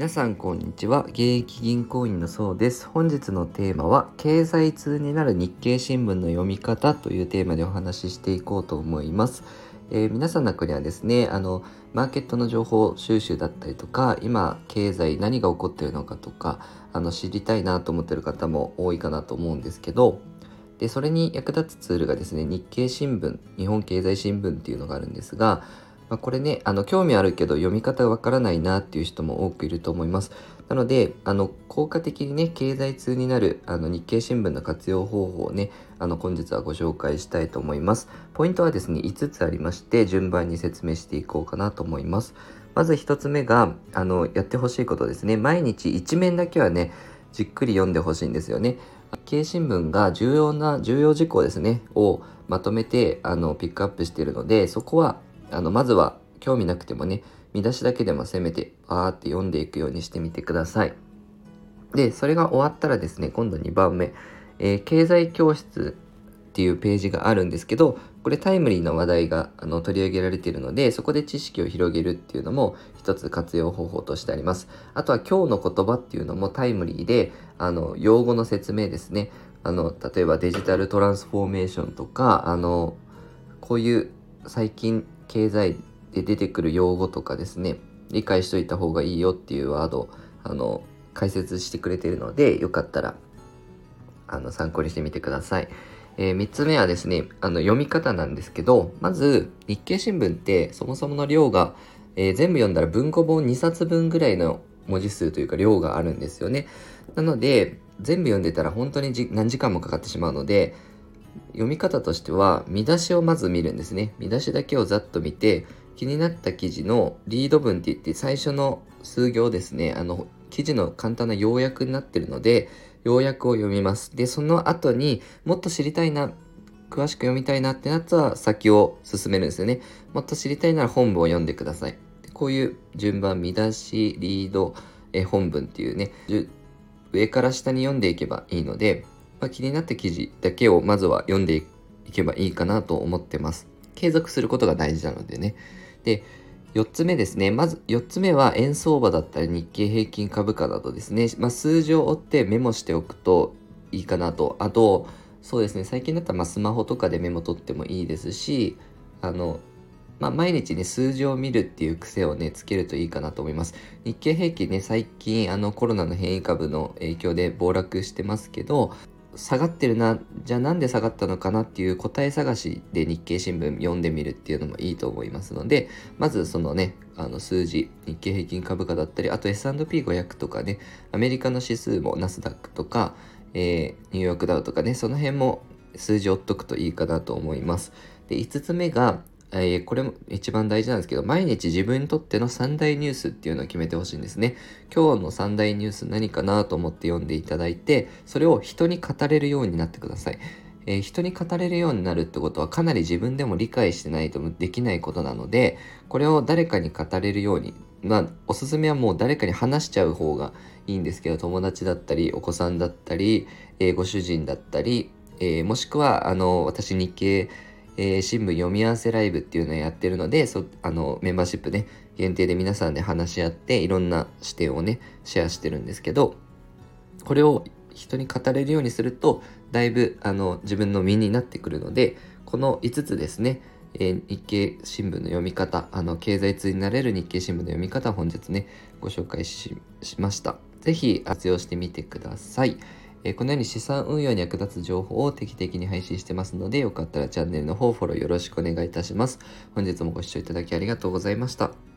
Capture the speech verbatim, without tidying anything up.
皆さんこんにちは。現役銀行員のそうです。本日のテーマは経済通になる日経新聞の読み方というテーマでお話ししていこうと思います。えー、皆さんの中にはですね、あのマーケットの情報収集だったりとか、今経済何が起こっているのかとか、あの知りたいなと思っている方も多いかなと思うんですけど、でそれに役立つツールがですね、日経新聞、日本経済新聞っていうのがあるんですが、まあ、これね、あの興味あるけど読み方がわからないなっていう人も多くいると思います。なので、あの効果的にね、経済通になるあの日経新聞の活用方法をね、あの本日はご紹介したいと思います。ポイントはですね、いつつありまして、順番に説明していこうかなと思います。まずひとつめが、あのやってほしいことですね。毎日いち面だけはね、じっくり読んでほしいんですよね。日経新聞が重要な重要事項ですねをまとめてあのピックアップしているので、そこはあのまずは興味なくてもね、見出しだけでもせめてバーって読んでいくようにしてみてください。でそれが終わったらですね、今度にばんめ、えー、経済教室っていうページがあるんですけど、これタイムリーな話題があの取り上げられているので、そこで知識を広げるっていうのも一つ活用方法としてあります。あとは今日の言葉っていうのもタイムリーで、あの用語の説明ですね。あの例えばデジタルトランスフォーメーションとか、あのこういう最近経済で出てくる用語とかですね、理解しといた方がいいよっていうワードをあの解説してくれているので、よかったらあの参考にしてみてください。えー、みっつめはですね、あの読み方なんですけど、まず日経新聞ってそもそもの量が、えー全部読んだら文庫本にさつぶんぐらいの文字数というか量があるんですよね。なので全部読んでたら本当にじ何時間もかかってしまうので、読み方としては見出しをまず見るんですね。見出しだけをざっと見て、気になった記事のリード文って言って最初の数行ですね、あの記事の簡単な要約になっているので、要約を読みます。でその後にもっと知りたいな、詳しく読みたいなってなったら先を進めるんですよね。もっと知りたいなら本文を読んでください。でこういう順番、見出し、リード、え本文っていうね、上から下に読んでいけばいいので、まあ、気になった記事だけをまずは読んでいけばいいかなと思ってます。継続することが大事なのでね。で、よっつめですね。まずよっつめは円相場だったり日経平均株価などですね。まあ、数字を追ってメモしておくといいかなと。あと、そうですね。最近だったらまあスマホとかでメモ取ってもいいですし、あの、まあ、毎日ね、数字を見るっていう癖をね、つけるといいかなと思います。日経平均ね、最近あのコロナの変異株の影響で暴落してますけど、下がってるな、じゃあなんで下がったのかなっていう答え探しで日経新聞読んでみるっていうのもいいと思いますので、まずそのね、あの数字、日経平均株価だったり、あと エスアンドピーごひゃく とかね、アメリカの指数もナスダックとか、えー、ニューヨークダウとかね、その辺も数字を追っとくといいかなと思います。で、いつつめが、えー、これも一番大事なんですけど、毎日自分にとっての三大ニュースっていうのを決めてほしいんですね。今日の三大ニュース何かなと思って読んでいただいて、それを人に語れるようになってください。えー、人に語れるようになるってことはかなり自分でも理解してないとできないことなので、これを誰かに語れるように、まあおすすめはもう誰かに話しちゃう方がいいんですけど、友達だったりお子さんだったり、えー、ご主人だったり、えー、もしくはあの私日経えー、新聞読み合わせライブっていうのをやってるので、そあのメンバーシップね、限定で皆さんで話し合っていろんな視点をねシェアしてるんですけど、これを人に語れるようにするとだいぶあの自分の身になってくるので、このいつつですね、えー、日経新聞の読み方、あの経済通になれる日経新聞の読み方、本日ねご紹介 し, しました。ぜひ活用してみてください。えー、このように資産運用に役立つ情報を定期的に配信してますので、よかったらチャンネルの方フォローよろしくお願いいたします。本日もご視聴いただきありがとうございました。